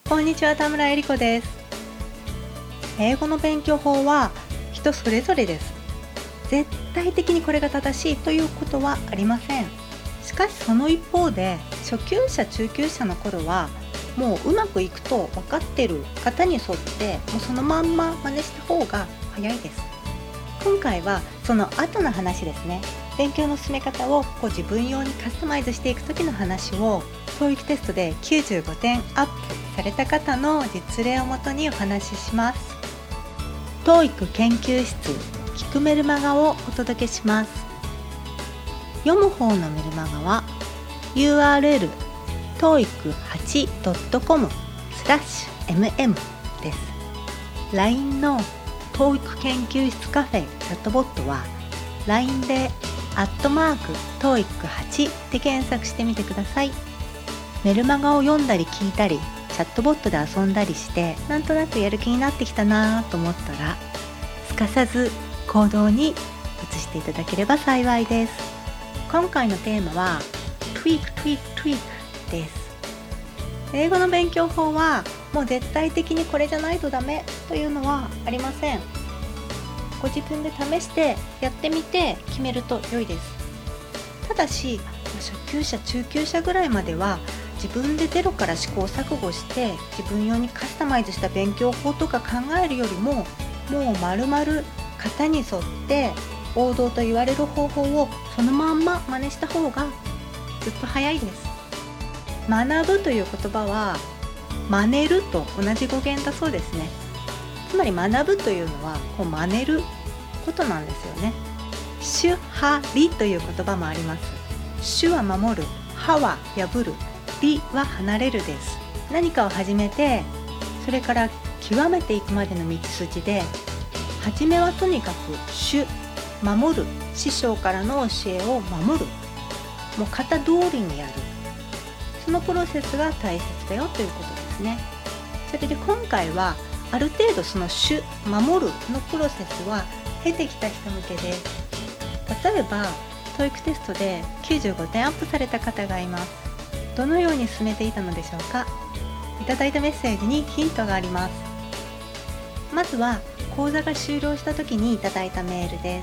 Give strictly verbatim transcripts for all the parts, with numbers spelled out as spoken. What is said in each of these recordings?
こんにちは、田村えり子です。英語の勉強法は人それぞれです。絶対的にこれが正しいということはありません。しかしその一方で、初級者中級者の頃はもううまくいくと分かってる方に沿ってもうそのまんま真似した方が早いです。今回はその後の話ですね。勉強の進め方をこう自分用にカスタマイズしていく時の話を トーイック テストできゅうじゅうごてんアップされた方の実例をもとにお話しします。 トーイック 研究室聞くメルマガをお届けします。読む方のメルマガは ユーアールエル トーイックはちドットコム スラッシュ エムエム です。 ライン の トーイック 研究室カフェチャットボットは ライン でアットマーク トーイックはち で検索してみてください。メルマガを読んだり聞いたりチャットボットで遊んだりしてなんとなくやる気になってきたなと思ったらすかさず行動に移していただければ幸いです。今回のテーマは Tweak Tweak Tweak です。英語の勉強法はもう絶対的にこれじゃないとダメというのはありません。ご自分で試してやってみて決めると良いです。ただし初級者中級者ぐらいまでは自分でゼロから試行錯誤して自分用にカスタマイズした勉強法とか考えるよりももう丸々型に沿って王道と言われる方法をそのまんま真似した方がずっと早いです。学ぶという言葉は真似ると同じ語源だそうですね。つまり学ぶというのはこう真似ることなんですよね。主はりという言葉もあります。主は守る、はは破る、りは離れるです。何かを始めてそれから極めていくまでの道筋で初めはとにかく主、守る、師匠からの教えを守る、もう型通りにやる、そのプロセスが大切だよということですね。それで今回はある程度その主、守るのプロセスは経てきた人向けです。例えば トーイック テストできゅうじゅうごてんアップされた方がいます。どのように進めていたのでしょうか。いただいたメッセージにヒントがあります。まずは講座が終了した時にいただいたメールです。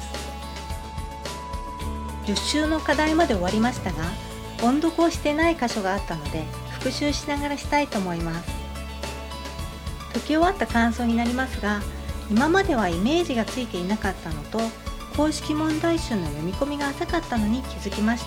じゅっ週の課題まで終わりましたが音読をしてない箇所があったので復習しながらしたいと思います。解き終わった感想になりますが、今まではイメージがついていなかったのと公式問題集の読み込みが浅かったのに気づきました。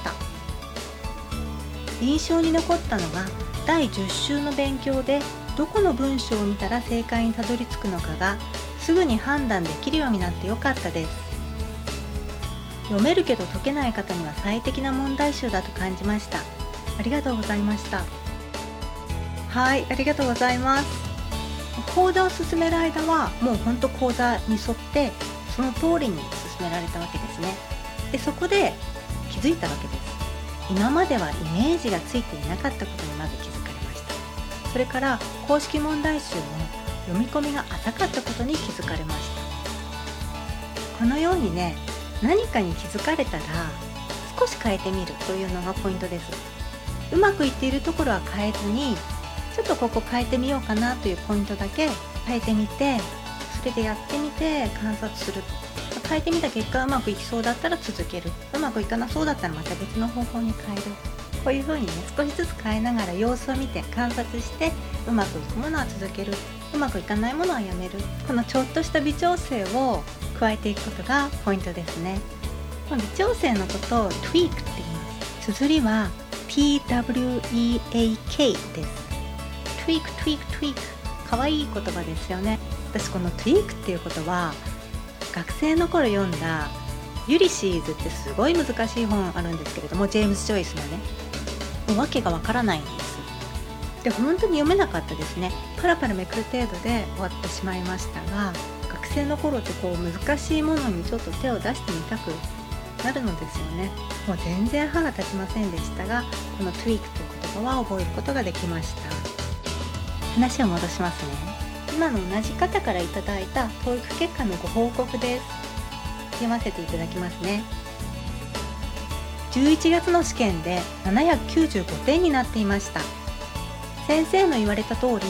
印象に残ったのがだいじゅっ週の勉強でどこの文章を見たら正解にたどり着くのかがすぐに判断できるようになってよかったです。読めるけど解けない方には最適な問題集だと感じました。ありがとうございました。はい、ありがとうございます。講座を進める間はもう本当講座に沿ってその通りに進められたわけですね。でそこで気づいたわけです。今まではイメージがついていなかったことにまず気づかれました。それから公式問題集の読み込みが浅かったことに気づかれました。このようにね、何かに気づかれたら少し変えてみるというのがポイントです。うまくいっているところは変えずにちょっとここ変えてみようかなというポイントだけ変えてみて、それでやってみて観察する。変えてみた結果うまくいきそうだったら続ける、うまくいかなそうだったらまた別の方法に変える。こういう風にね、少しずつ変えながら様子を見て観察してうまくいくものは続ける、うまくいかないものはやめる。このちょっとした微調整を加えていくことがポイントですね。この微調整のことを tweak って言います。綴りは ティーダブリューイーエーケー です。tweak tweak tweak かわいい言葉ですよね。私この tweak っていう言葉学生の頃読んだユリシーズってすごい難しい本あるんですけれども、ジェームズ・ジョイスのね、もう訳がわからないんです。で本当に読めなかったですね。パラパラめくる程度で終わってしまいましたが、学生の頃ってこう難しいものにちょっと手を出してみたくなるのですよね。もう全然歯が立ちませんでしたが、この tweak という言葉は覚えることができました。話を戻しますね。今の同じ方からいただいた トーイック 結果のご報告です。読ませていただきますね。じゅういちがつの試験でななひゃくきゅうじゅうごてんになっていました。先生の言われた通り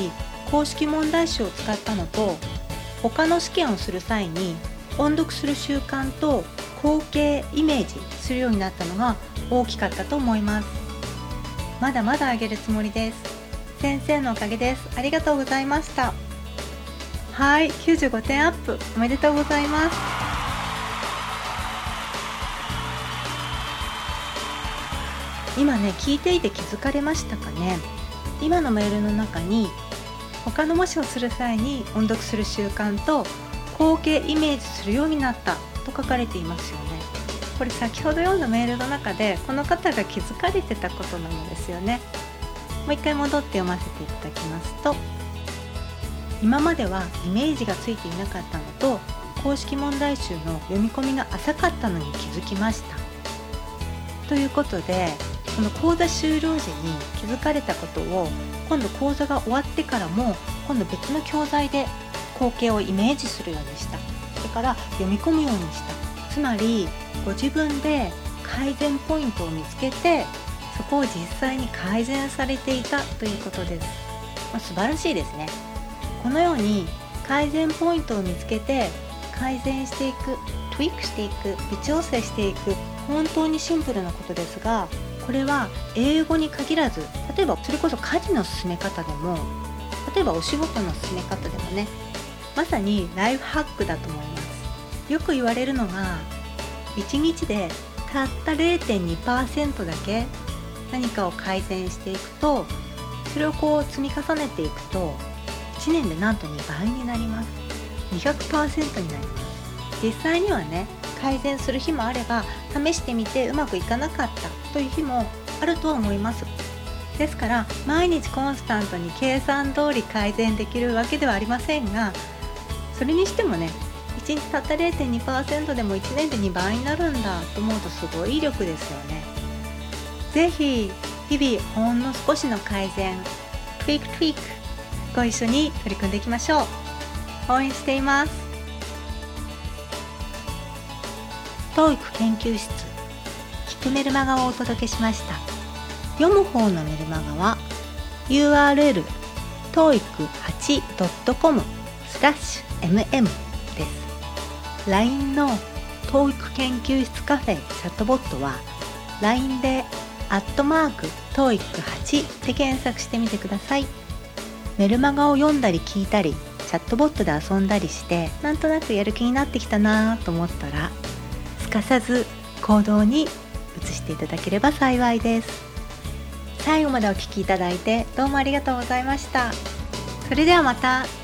公式問題集を使ったのと、他の試験をする際に音読する習慣と光景イメージするようになったのが大きかったと思います。まだまだ上げるつもりです。先生のおかげです。ありがとうございました。はい、きゅうじゅうごてんアップおめでとうございます。今ね、聞いていて気づかれましたかね。今のメールの中に他の模試をする際に音読する習慣と光景イメージするようになったと書かれていますよね。これ先ほど読んだメールの中でこの方が気づかれてたことなのですよね。もう一回戻って読ませていただきますと、今まではイメージがついていなかったのと公式問題集の読み込みが浅かったのに気づきましたということで、この講座終了時に気づかれたことを今度講座が終わってからも今度別の教材で光景をイメージするようにした。それから読み込むようにした。つまりご自分で改善ポイントを見つけてそこを実際に改善されていたということです。まあ、素晴らしいですね。このように改善ポイントを見つけて改善していく、トゥイックしていく、微調整していく、本当にシンプルなことですが、これは英語に限らず、例えばそれこそ家事の進め方でも、例えばお仕事の進め方でもね、まさにライフハックだと思います。よく言われるのが、いちにちでたった れいてんにパーセント だけ何かを改善していくと、それをこう積み重ねていくといちねんでなんとにばいになります。 にひゃくパーセント になります。実際にはね、改善する日もあれば試してみてうまくいかなかったという日もあると思います。ですから毎日コンスタントに計算通り改善できるわけではありませんが、それにしてもね、いちにちたった れいてんにパーセント でもいちねんでにばいになるんだと思うとすごい威力ですよね。ぜひ日々ほんの少しの改善、トゥイックトゥイックご一緒に取り組んでいきましょう。応援しています。トーイック 研究室聞くメルマガをお届けしました。読む方のメルマガは ユーアールエル トーイックはちドットコム スラッシュ エムエム です。 ライン の トーイック 研究室カフェチャットボットは ライン でアットマーク トーイックはち で検索してみてください。メルマガを読んだり聞いたりチャットボットで遊んだりしてなんとなくやる気になってきたなと思ったら、すかさず行動に移していただければ幸いです。最後までお聞きいただいてどうもありがとうございました。それではまた。